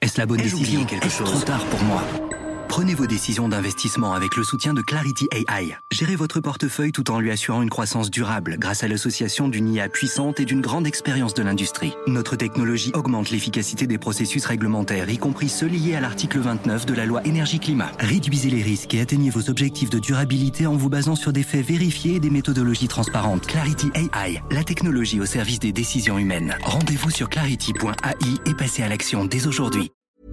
Est-ce la bonne décision? Est-ce trop tard pour moi? Prenez vos décisions d'investissement avec le soutien de Clarity AI. Gérez votre portefeuille tout en lui assurant une croissance durable grâce à l'association d'une IA puissante et d'une grande expérience de l'industrie. Notre technologie augmente l'efficacité des processus réglementaires, y compris ceux liés à l'article 29 de la loi Énergie-Climat. Réduisez les risques et atteignez vos objectifs de durabilité en vous basant sur des faits vérifiés et des méthodologies transparentes. Clarity AI, la technologie au service des décisions humaines. Rendez-vous sur clarity.ai et passez à l'action dès aujourd'hui.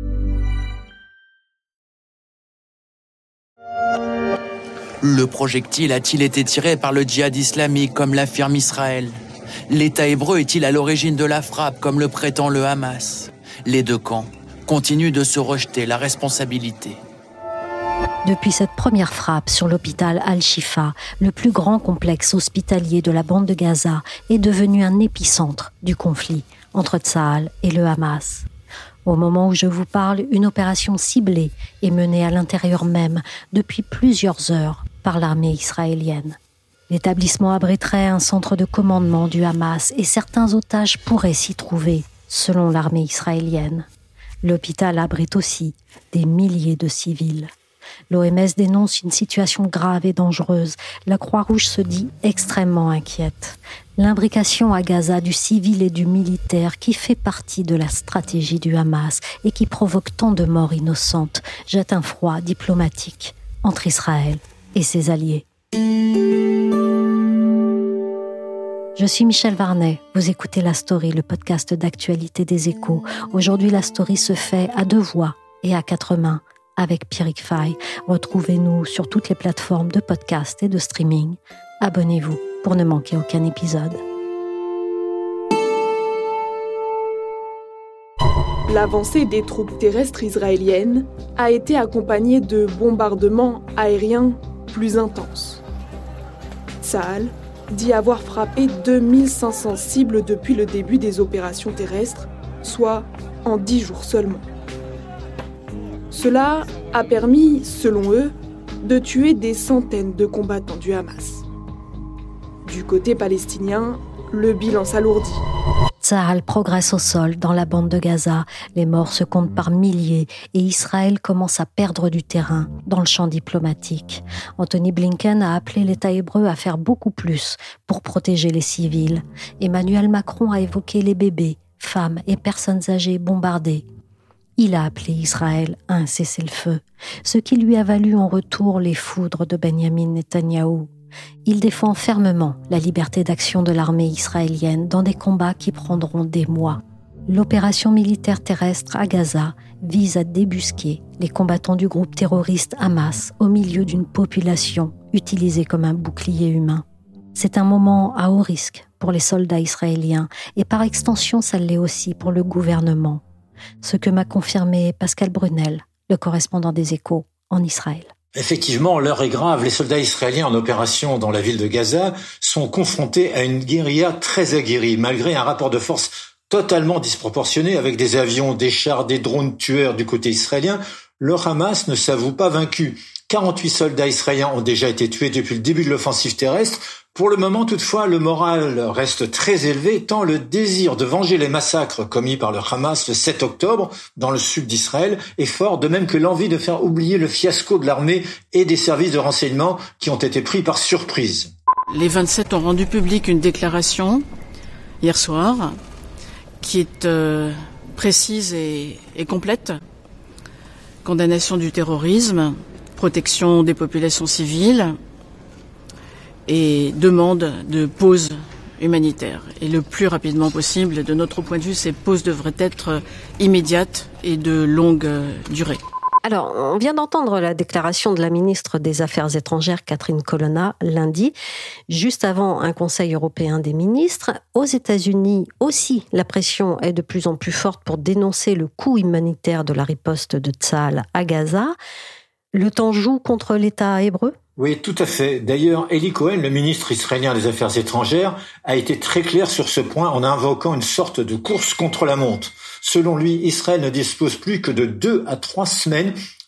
Le projectile a-t-il été tiré par le djihad islamique, comme l'affirme Israël? L'État hébreu est-il à l'origine de la frappe, comme le prétend le Hamas? Les deux camps continuent de se rejeter la responsabilité. Depuis cette première frappe sur l'hôpital Al-Shifa, le plus grand complexe hospitalier de la bande de Gaza est devenu un épicentre du conflit entre Tsahal et le Hamas. Au moment où je vous parle, une opération ciblée est menée à l'intérieur même depuis plusieurs heures par l'armée israélienne. L'établissement abriterait un centre de commandement du Hamas et certains otages pourraient s'y trouver, selon l'armée israélienne. L'hôpital abrite aussi des milliers de civils. L'OMS dénonce une situation grave et dangereuse. La Croix-Rouge se dit extrêmement inquiète. L'imbrication à Gaza du civil et du militaire qui fait partie de la stratégie du Hamas et qui provoque tant de morts innocentes jette un froid diplomatique entre Israël et ses alliés. Je suis Michel Varnet, vous écoutez La Story, le podcast d'actualité des Échos. Aujourd'hui, La Story se fait à deux voix et à quatre mains avec Pierrick Fay. Retrouvez-nous sur toutes les plateformes de podcast et de streaming. Abonnez-vous pour ne manquer aucun épisode. L'avancée des troupes terrestres israéliennes a été accompagnée de bombardements aériens plus intenses. Tsahal dit avoir frappé 2500 cibles depuis le début des opérations terrestres, soit en 10 jours seulement. Cela a permis, selon eux, de tuer des centaines de combattants du Hamas. Du côté palestinien, le bilan s'alourdit. Tsahal progresse au sol dans la bande de Gaza. Les morts se comptent par milliers et Israël commence à perdre du terrain dans le champ diplomatique. Anthony Blinken a appelé l'État hébreu à faire beaucoup plus pour protéger les civils. Emmanuel Macron a évoqué les bébés, femmes et personnes âgées bombardées. Il a appelé Israël à un cessez-le-feu, ce qui lui a valu en retour les foudres de Benyamin Netanyahou. Il défend fermement la liberté d'action de l'armée israélienne dans des combats qui prendront des mois. L'opération militaire terrestre à Gaza vise à débusquer les combattants du groupe terroriste Hamas au milieu d'une population utilisée comme un bouclier humain. C'est un moment à haut risque pour les soldats israéliens et par extension ça l'est aussi pour le gouvernement. Ce que m'a confirmé Pascal Brunel, le correspondant des Échos en Israël. Effectivement, l'heure est grave. Les soldats israéliens en opération dans la ville de Gaza sont confrontés à une guérilla très aguerrie, malgré un rapport de force totalement disproportionné avec des avions, des chars, des drones tueurs du côté israélien. Le Hamas ne s'avoue pas vaincu. 48 soldats israéliens ont déjà été tués depuis le début de l'offensive terrestre. Pour le moment, toutefois, le moral reste très élevé, tant le désir de venger les massacres commis par le Hamas le 7 octobre dans le sud d'Israël est fort, de même que l'envie de faire oublier le fiasco de l'armée et des services de renseignement qui ont été pris par surprise. Les 27 ont rendu publique une déclaration hier soir qui est précise et complète. Condamnation du terrorisme, protection des populations civiles et demande de pause humanitaire. Et le plus rapidement possible, de notre point de vue, ces pauses devraient être immédiates et de longue durée. Alors, on vient d'entendre la déclaration de la ministre des Affaires étrangères, Catherine Colonna, lundi, juste avant un Conseil européen des ministres. Aux États-Unis aussi, la pression est de plus en plus forte pour dénoncer le coût humanitaire de la riposte de Tsahal à Gaza. Le temps joue contre l'État hébreu ? Oui, tout à fait. D'ailleurs, Eli Cohen, le ministre israélien des Affaires étrangères, a été très clair sur ce point en invoquant une sorte de course contre la montre. Selon lui, Israël ne dispose plus que de 2 à 3 semaines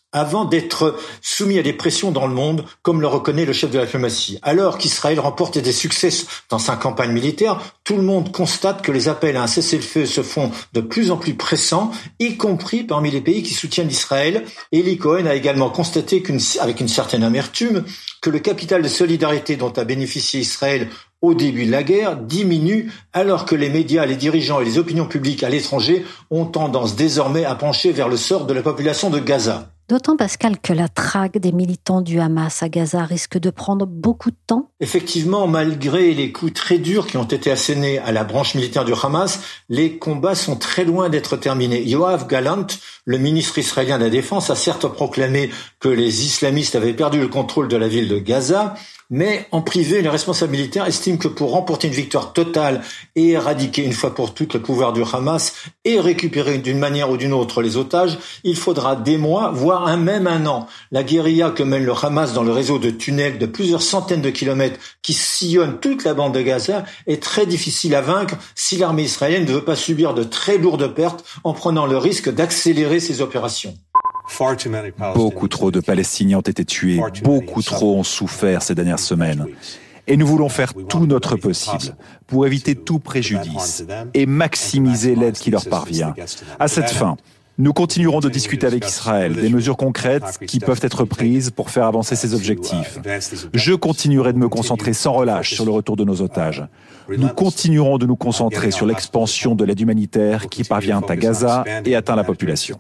avant d'être soumis à des pressions dans le monde, comme le reconnaît le chef de la diplomatie. Alors qu'Israël remporte des succès dans sa campagne militaire, tout le monde constate que les appels à un cessez-le-feu se font de plus en plus pressants, y compris parmi les pays qui soutiennent Israël. Eli Cohen a également constaté avec une certaine amertume que le capital de solidarité dont a bénéficié Israël au début de la guerre diminue alors que les médias, les dirigeants et les opinions publiques à l'étranger ont tendance désormais à pencher vers le sort de la population de Gaza. D'autant, Pascal, que la traque des militants du Hamas à Gaza risque de prendre beaucoup de temps. Effectivement, malgré les coups très durs qui ont été assénés à la branche militaire du Hamas, les combats sont très loin d'être terminés. Yoav Gallant, le ministre israélien de la Défense, a certes proclamé que les islamistes avaient perdu le contrôle de la ville de Gaza, mais en privé, les responsables militaires estiment que pour remporter une victoire totale et éradiquer une fois pour toutes le pouvoir du Hamas et récupérer d'une manière ou d'une autre les otages, il faudra des mois, voire même un an. La guérilla que mène le Hamas dans le réseau de tunnels de plusieurs centaines de kilomètres qui sillonnent toute la bande de Gaza est très difficile à vaincre si l'armée israélienne ne veut pas subir de très lourdes pertes en prenant le risque d'accélérer ses opérations. Beaucoup trop de Palestiniens ont été tués, beaucoup trop ont souffert ces dernières semaines. Et nous voulons faire tout notre possible pour éviter tout préjudice et maximiser l'aide qui leur parvient. À cette fin, nous continuerons de discuter avec Israël des mesures concrètes qui peuvent être prises pour faire avancer ces objectifs. Je continuerai de me concentrer sans relâche sur le retour de nos otages. Nous continuerons de nous concentrer sur l'expansion de l'aide humanitaire qui parvient à Gaza et atteint la population.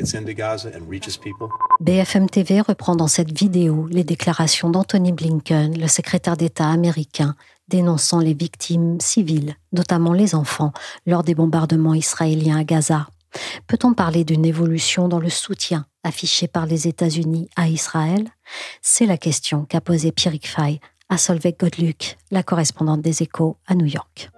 BFM TV reprend dans cette vidéo les déclarations d'Anthony Blinken, le secrétaire d'État américain, dénonçant les victimes civiles, notamment les enfants, lors des bombardements israéliens à Gaza. Peut-on parler d'une évolution dans le soutien affiché par les États-Unis à Israël ? C'est la question qu'a posée Pierrick Fay à Solveig Godluc, la correspondante des Échos à New York.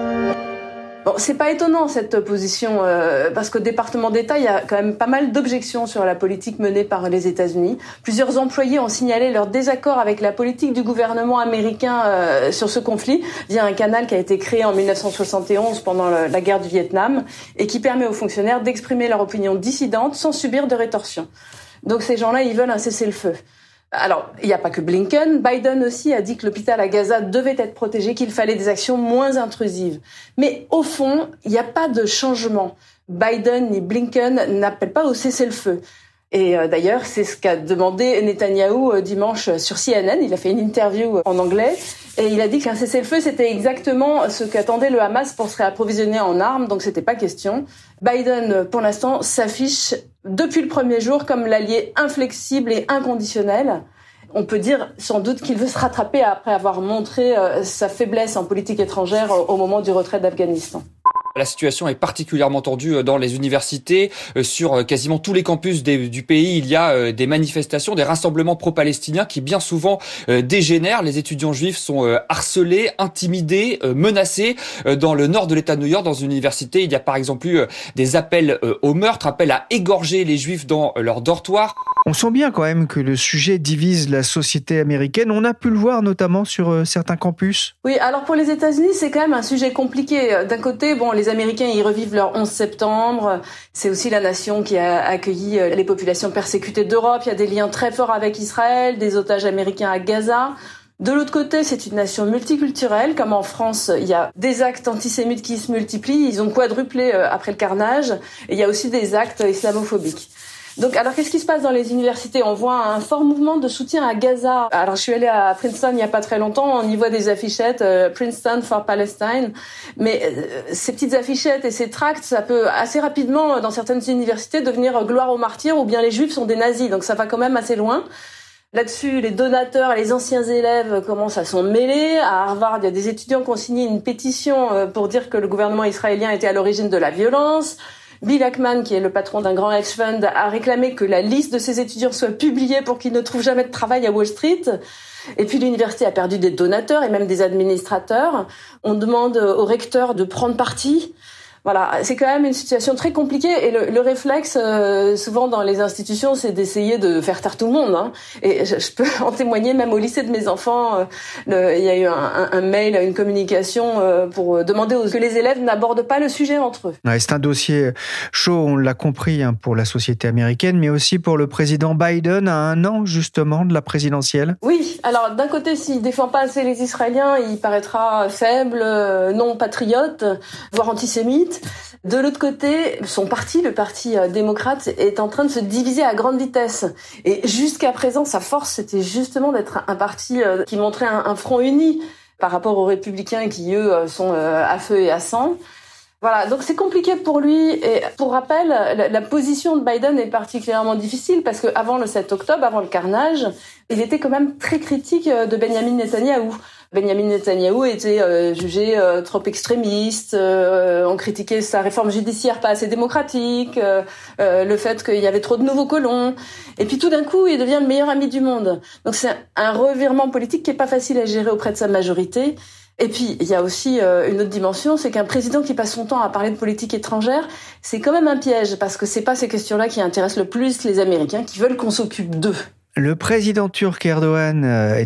Bon, c'est pas étonnant cette position, parce qu'au département d'État, il y a quand même pas mal d'objections sur la politique menée par les États-Unis. Plusieurs employés ont signalé leur désaccord avec la politique du gouvernement américain sur ce conflit via un canal qui a été créé en 1971 pendant la guerre du Vietnam et qui permet aux fonctionnaires d'exprimer leur opinion dissidente sans subir de rétorsion. Donc ces gens-là, ils veulent un cessez-le-feu. Alors, il n'y a pas que Blinken. Biden aussi a dit que l'hôpital à Gaza devait être protégé, qu'il fallait des actions moins intrusives. Mais au fond, il n'y a pas de changement. Biden ni Blinken n'appellent pas au cessez-le-feu. Et d'ailleurs, c'est ce qu'a demandé Netanyahou dimanche sur CNN. Il a fait une interview en anglais et il a dit qu'un cessez-le-feu, c'était exactement ce qu'attendait le Hamas pour se réapprovisionner en armes, donc c'était pas question. Biden, pour l'instant, s'affiche depuis le premier jour comme l'allié inflexible et inconditionnel. On peut dire sans doute qu'il veut se rattraper après avoir montré sa faiblesse en politique étrangère au moment du retrait d'Afghanistan. La situation est particulièrement tendue dans les universités. Sur quasiment tous les campus du pays, il y a des manifestations, des rassemblements pro-palestiniens qui bien souvent dégénèrent. Les étudiants juifs sont harcelés, intimidés, menacés. Dans le nord de l'État de New York, dans une université, il y a par exemple eu des appels au meurtre, appels à égorger les juifs dans leur dortoir. On sent bien quand même que le sujet divise la société américaine. On a pu le voir notamment sur certains campus. Oui, alors pour les États-Unis, c'est quand même un sujet compliqué. D'un côté, les Américains, ils revivent leur 11 septembre. C'est aussi la nation qui a accueilli les populations persécutées d'Europe. Il y a des liens très forts avec Israël, des otages américains à Gaza. De l'autre côté, c'est une nation multiculturelle. Comme en France, il y a des actes antisémites qui se multiplient. Ils ont quadruplé après le carnage. Et il y a aussi des actes islamophobiques. Donc, alors, qu'est-ce qui se passe dans les universités ? On voit un fort mouvement de soutien à Gaza. Alors, je suis allée à Princeton il n'y a pas très longtemps. On y voit des affichettes Princeton for Palestine. Mais ces petites affichettes et ces tracts, ça peut assez rapidement, dans certaines universités, devenir gloire aux martyrs ou bien les juifs sont des nazis. Donc, ça va quand même assez loin. Là-dessus, les donateurs et les anciens élèves commencent à s'en mêler. À Harvard, il y a des étudiants qui ont signé une pétition pour dire que le gouvernement israélien était à l'origine de la violence. Bill Ackman, qui est le patron d'un grand hedge fund, a réclamé que la liste de ses étudiants soit publiée pour qu'ils ne trouvent jamais de travail à Wall Street. Et puis l'université a perdu des donateurs et même des administrateurs. On demande au recteur de prendre parti. Voilà, c'est quand même une situation très compliquée et le réflexe, souvent dans les institutions, c'est d'essayer de faire taire tout le monde. Hein. Et je peux en témoigner, même au lycée de mes enfants, il y a eu un mail, une communication pour demander que les élèves n'abordent pas le sujet entre eux. Ouais, c'est un dossier chaud, on l'a compris, hein, pour la société américaine, mais aussi pour le président Biden à 1 an justement de la présidentielle. Oui, alors d'un côté, s'il défend pas assez les Israéliens, il paraîtra faible, non patriote, voire antisémite. De l'autre côté, son parti, le parti démocrate, est en train de se diviser à grande vitesse. Et jusqu'à présent, sa force, c'était justement d'être un parti qui montrait un front uni par rapport aux républicains qui, eux, sont à feu et à sang. Voilà, donc c'est compliqué pour lui. Et pour rappel, la position de Biden est particulièrement difficile parce que avant le 7 octobre, avant le carnage, il était quand même très critique de Benyamin Netanyahou. Benyamin Netanyahou était jugé trop extrémiste, on critiquait sa réforme judiciaire pas assez démocratique, le fait qu'il y avait trop de nouveaux colons. Et puis tout d'un coup, il devient le meilleur ami du monde. Donc c'est un revirement politique qui est pas facile à gérer auprès de sa majorité. Et puis, il y a aussi une autre dimension, c'est qu'un président qui passe son temps à parler de politique étrangère, c'est quand même un piège, parce que c'est pas ces questions-là qui intéressent le plus les Américains, qui veulent qu'on s'occupe d'eux. Le président turc Erdogan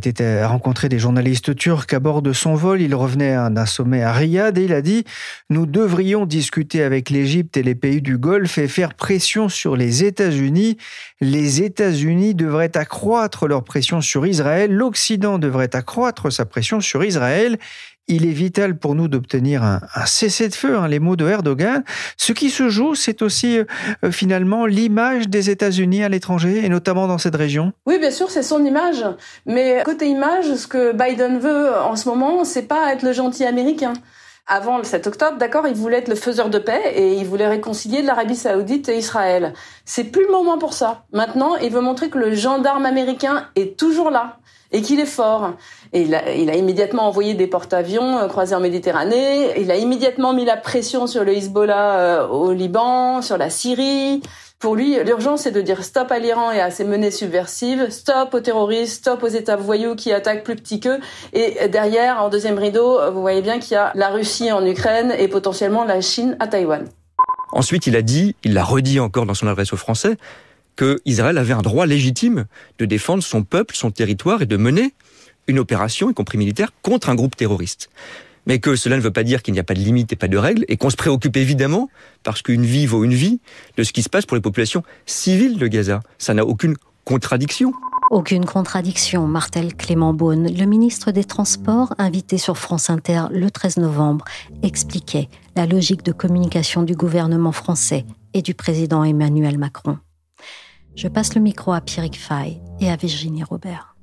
a rencontré des journalistes turcs à bord de son vol. Il revenait d'un sommet à Riyad et il a dit « Nous devrions discuter avec l'Égypte et les pays du Golfe et faire pression sur les États-Unis. Les États-Unis devraient accroître leur pression sur Israël. L'Occident devrait accroître sa pression sur Israël. » Il est vital pour nous d'obtenir un cessez-le-feu, les mots de Erdogan. Ce qui se joue, c'est aussi finalement l'image des États-Unis à l'étranger, et notamment dans cette région. Oui, bien sûr, c'est son image. Mais côté image, ce que Biden veut en ce moment, c'est pas être le gentil américain. Avant le 7 octobre, d'accord, il voulait être le faiseur de paix et il voulait réconcilier l'Arabie Saoudite et Israël. C'est plus le moment pour ça. Maintenant, il veut montrer que le gendarme américain est toujours là et qu'il est fort. Et il a immédiatement envoyé des porte-avions croisés en Méditerranée. Il a immédiatement mis la pression sur le Hezbollah au Liban, sur la Syrie. Pour lui, l'urgence, c'est de dire stop à l'Iran et à ses menées subversives, stop aux terroristes, stop aux États voyous qui attaquent plus petits qu'eux. Et derrière, en deuxième rideau, vous voyez bien qu'il y a la Russie en Ukraine et potentiellement la Chine à Taïwan. Ensuite, il l'a redit encore dans son adresse aux Français, que Israël avait un droit légitime de défendre son peuple, son territoire et de mener une opération, y compris militaire, contre un groupe terroriste. Mais que cela ne veut pas dire qu'il n'y a pas de limite et pas de règles, et qu'on se préoccupe évidemment, parce qu'une vie vaut une vie, de ce qui se passe pour les populations civiles de Gaza. Ça n'a aucune contradiction. Aucune contradiction, martèle Clément Beaune. Le ministre des Transports, invité sur France Inter le 13 novembre, expliquait la logique de communication du gouvernement français et du président Emmanuel Macron. Je passe le micro à Pierrick Fay et à Virginie Robert.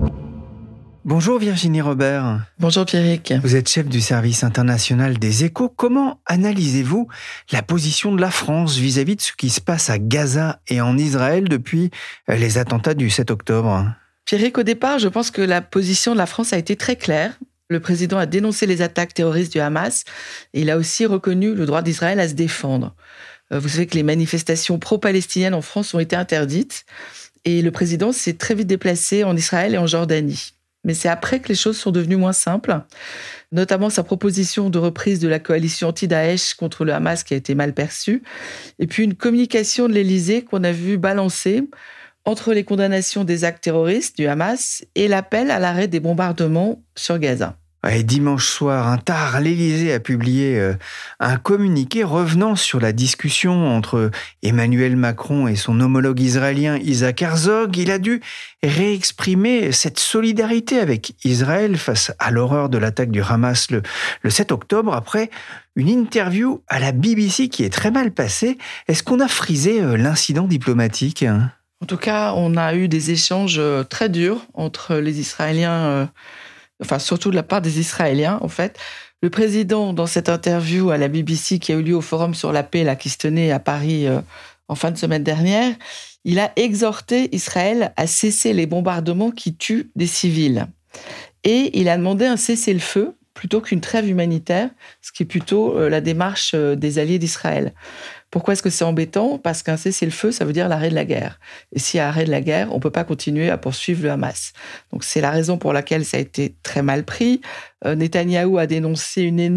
Bonjour Virginie Robert. Bonjour Pierrick. Vous êtes chef du service international des Échos. Comment analysez-vous la position de la France vis-à-vis de ce qui se passe à Gaza et en Israël depuis les attentats du 7 octobre ? Pierrick, au départ, je pense que la position de la France a été très claire. Le président a dénoncé les attaques terroristes du Hamas et il a aussi reconnu le droit d'Israël à se défendre. Vous savez que les manifestations pro-palestiniennes en France ont été interdites et le président s'est très vite déplacé en Israël et en Jordanie. Mais c'est après que les choses sont devenues moins simples, notamment sa proposition de reprise de la coalition anti-Daesh contre le Hamas qui a été mal perçue, et puis une communication de l'Élysée qu'on a vu balancer entre les condamnations des actes terroristes du Hamas et l'appel à l'arrêt des bombardements sur Gaza. Et dimanche soir, tard, l'Élysée a publié un communiqué revenant sur la discussion entre Emmanuel Macron et son homologue israélien Isaac Herzog. Il a dû réexprimer cette solidarité avec Israël face à l'horreur de l'attaque du Hamas le 7 octobre, après une interview à la BBC qui est très mal passée. Est-ce qu'on a frisé l'incident diplomatique ? En tout cas, on a eu des échanges très durs entre les Israéliens, surtout de la part des Israéliens, en fait. Le président, dans cette interview à la BBC qui a eu lieu au Forum sur la paix, qui se tenait à Paris en fin de semaine dernière, il a exhorté Israël à cesser les bombardements qui tuent des civils. Et il a demandé un cessez-le-feu plutôt qu'une trêve humanitaire, ce qui est plutôt la démarche des alliés d'Israël. Pourquoi est-ce que c'est embêtant ? Parce qu'un cessez-le-feu, ça veut dire l'arrêt de la guerre. Et s'il y a arrêt de la guerre, on ne peut pas continuer à poursuivre le Hamas. Donc c'est la raison pour laquelle ça a été très mal pris. Netanyahou a dénoncé une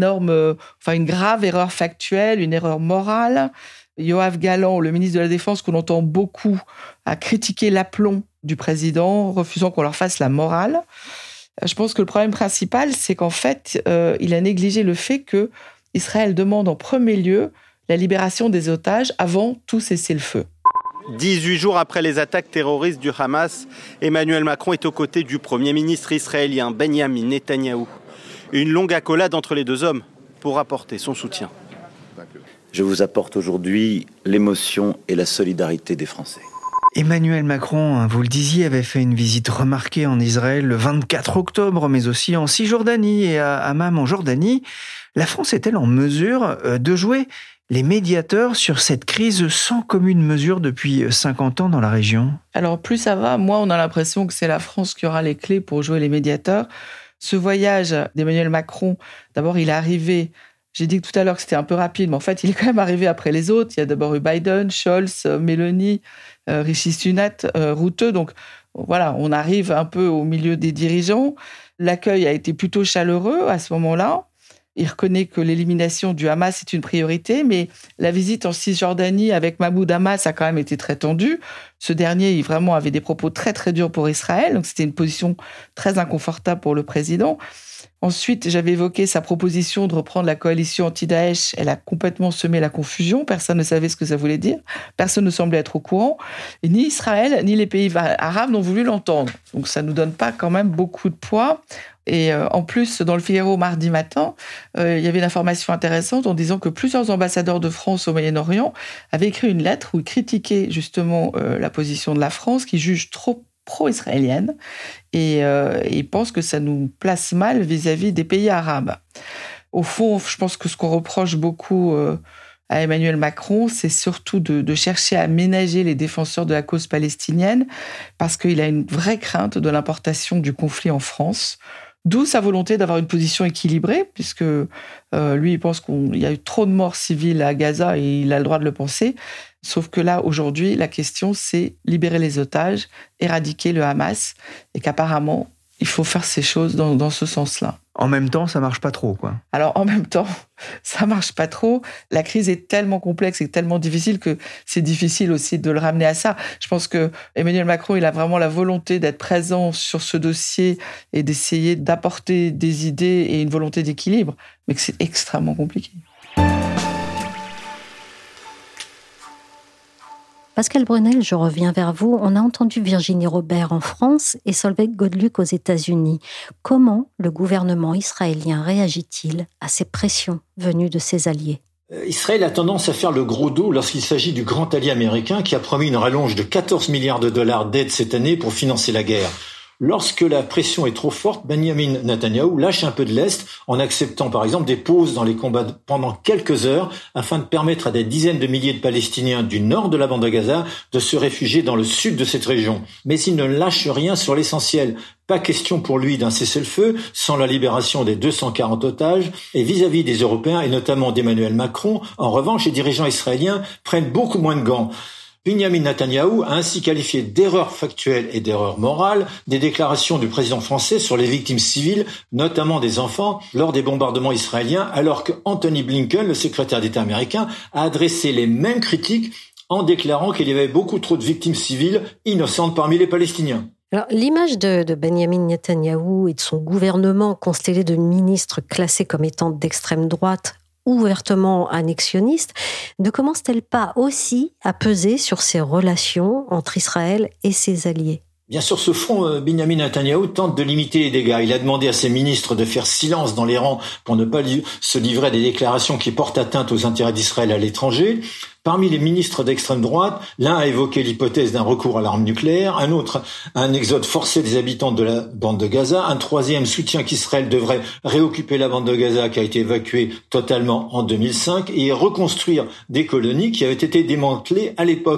grave erreur factuelle, une erreur morale. Yoav Gallant, le ministre de la Défense, qu'on entend beaucoup, a critiqué l'aplomb du président, refusant qu'on leur fasse la morale. Je pense que le problème principal, c'est qu'en fait, il a négligé le fait que Israël demande en premier lieu la libération des otages avant tout cessez-le-feu. 18 jours après les attaques terroristes du Hamas, Emmanuel Macron est aux côtés du Premier ministre israélien Benyamin Netanyahou. Une longue accolade entre les deux hommes pour apporter son soutien. Je vous apporte aujourd'hui l'émotion et la solidarité des Français. Emmanuel Macron, vous le disiez, avait fait une visite remarquée en Israël le 24 octobre, mais aussi en Cisjordanie et à Hammam en Jordanie. La France est-elle en mesure de jouer les médiateurs sur cette crise sans commune mesure depuis 50 ans dans la région ? Alors plus ça va, moins on a l'impression que c'est la France qui aura les clés pour jouer les médiateurs. Ce voyage d'Emmanuel Macron, d'abord il est arrivé, j'ai dit tout à l'heure que c'était un peu rapide, mais en fait il est quand même arrivé après les autres. Il y a d'abord eu Biden, Scholz, Meloni, Rishi Sunak, Rutte. Donc voilà, on arrive un peu au milieu des dirigeants. L'accueil a été plutôt chaleureux à ce moment-là. Il reconnaît que l'élimination du Hamas est une priorité, mais la visite en Cisjordanie avec Mahmoud Abbas a quand même été très tendue. Ce dernier, il vraiment avait des propos très très durs pour Israël, donc c'était une position très inconfortable pour le président. Ensuite, j'avais évoqué sa proposition de reprendre la coalition anti-Daesh. Elle a complètement semé la confusion. Personne ne savait ce que ça voulait dire. Personne ne semblait être au courant. Et ni Israël, ni les pays arabes n'ont voulu l'entendre. Donc ça ne nous donne pas quand même beaucoup de poids. Et en plus, dans le Figaro mardi matin, il y avait une information intéressante en disant que plusieurs ambassadeurs de France au Moyen-Orient avaient écrit une lettre où ils critiquaient justement la position de la France, qui juge trop pro-israélienne, et ils pensent que ça nous place mal vis-à-vis des pays arabes. Au fond, je pense que ce qu'on reproche beaucoup à Emmanuel Macron, c'est surtout de chercher à ménager les défenseurs de la cause palestinienne, parce qu'il a une vraie crainte de l'importation du conflit en France. D'où sa volonté d'avoir une position équilibrée, puisque lui, il pense qu'il y a eu trop de morts civiles à Gaza et il a le droit de le penser. Sauf que là, aujourd'hui, la question, c'est libérer les otages, éradiquer le Hamas, et qu'apparemment, il faut faire ces choses dans ce sens-là. En même temps, ça marche pas trop, quoi. Alors, en même temps, ça marche pas trop. La crise est tellement complexe et tellement difficile que c'est difficile aussi de le ramener à ça. Je pense que Emmanuel Macron, il a vraiment la volonté d'être présent sur ce dossier et d'essayer d'apporter des idées et une volonté d'équilibre, mais que c'est extrêmement compliqué. Pascal Brunel, je reviens vers vous. On a entendu Virginie Robert en France et Solveig Godluc aux États-Unis. Comment le gouvernement israélien réagit-il à ces pressions venues de ses alliés ? Israël a tendance à faire le gros dos lorsqu'il s'agit du grand allié américain qui a promis une rallonge de 14 milliards de dollars d'aide cette année pour financer la guerre. Lorsque la pression est trop forte, Benyamin Netanyahou lâche un peu de lest en acceptant par exemple des pauses dans les combats pendant quelques heures afin de permettre à des dizaines de milliers de Palestiniens du nord de la bande de Gaza de se réfugier dans le sud de cette région. Mais il ne lâche rien sur l'essentiel. Pas question pour lui d'un cessez-le-feu sans la libération des 240 otages. Et vis-à-vis des Européens et notamment d'Emmanuel Macron, en revanche, les dirigeants israéliens prennent beaucoup moins de gants. Benyamin Netanyahou a ainsi qualifié d'erreur factuelle et d'erreur morale des déclarations du président français sur les victimes civiles, notamment des enfants, lors des bombardements israéliens, alors que Anthony Blinken, le secrétaire d'État américain, a adressé les mêmes critiques en déclarant qu'il y avait beaucoup trop de victimes civiles innocentes parmi les Palestiniens. Alors, l'image de Benyamin Netanyahou et de son gouvernement constellé de ministres classés comme étant d'extrême droite, ouvertement annexionniste, ne commence-t-elle pas aussi à peser sur ces relations entre Israël et ses alliés ? Bien sûr, ce front, Benyamin Netanyahou tente de limiter les dégâts. Il a demandé à ses ministres de faire silence dans les rangs pour ne pas se livrer à des déclarations qui portent atteinte aux intérêts d'Israël à l'étranger. Parmi les ministres d'extrême droite, l'un a évoqué l'hypothèse d'un recours à l'arme nucléaire, un autre un exode forcé des habitants de la bande de Gaza, un troisième soutient qu'Israël devrait réoccuper la bande de Gaza qui a été évacuée totalement en 2005 et reconstruire des colonies qui avaient été démantelées à l'époque.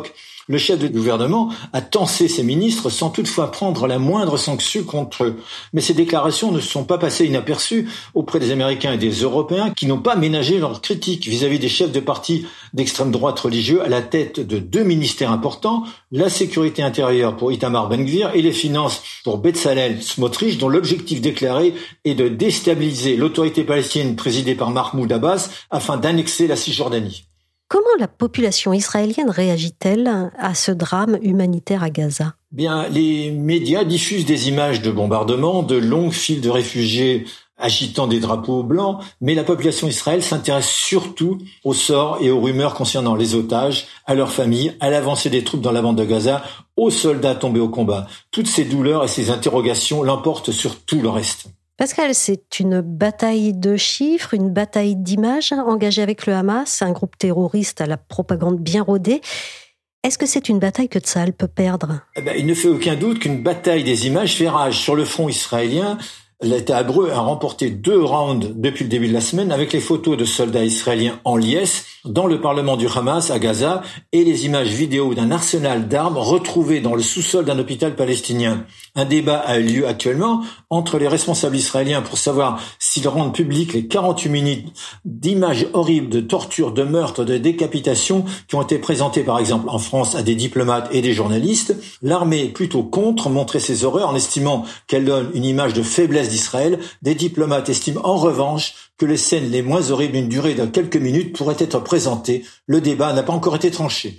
Le chef de gouvernement a tensé ses ministres sans toutefois prendre la moindre sanction contre eux. Mais ces déclarations ne sont pas passées inaperçues auprès des Américains et des Européens qui n'ont pas ménagé leurs critiques vis-à-vis des chefs de partis d'extrême droite religieux à la tête de 2 ministères importants, la sécurité intérieure pour Itamar Ben-Gvir et les finances pour Bezalel Smotrich, dont l'objectif déclaré est de déstabiliser l'autorité palestinienne présidée par Mahmoud Abbas afin d'annexer la Cisjordanie. Comment la population israélienne réagit-elle à ce drame humanitaire à Gaza ? Bien, les médias diffusent des images de bombardements, de longues files de réfugiés agitant des drapeaux blancs, mais la population israélienne s'intéresse surtout au sort et aux rumeurs concernant les otages, à leurs familles, à l'avancée des troupes dans la bande de Gaza, aux soldats tombés au combat. Toutes ces douleurs et ces interrogations l'emportent sur tout le reste. Pascal, c'est une bataille de chiffres, une bataille d'images engagée avec le Hamas, un groupe terroriste à la propagande bien rodée. Est-ce que c'est une bataille que Tsahal peut perdre ? Il ne fait aucun doute qu'une bataille des images fait rage sur le front israélien. L'État hébreu a remporté 2 rounds depuis le début de la semaine avec les photos de soldats israéliens en liesse dans le parlement du Hamas à Gaza et les images vidéo d'un arsenal d'armes retrouvées dans le sous-sol d'un hôpital palestinien. Un débat a eu lieu actuellement entre les responsables israéliens pour savoir s'ils rendent publics les 48 minutes d'images horribles de torture, de meurtres, de décapitations qui ont été présentées par exemple en France à des diplomates et des journalistes. L'armée plutôt contre montrer ces horreurs en estimant qu'elles donnent une image de faiblesse d'Israël. Des diplomates estiment en revanche que les scènes les moins horribles d'une durée de quelques minutes pourraient être présentées. Le débat n'a pas encore été tranché.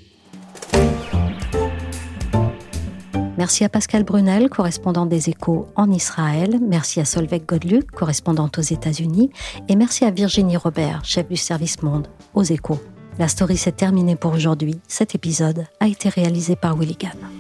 Merci à Pascal Brunel, correspondant des Échos en Israël. Merci à Solveig Godluc, correspondante aux États-Unis. Et merci à Virginie Robert, chef du service Monde aux Échos. La story s'est terminée pour aujourd'hui. Cet épisode a été réalisé par Willy Gann.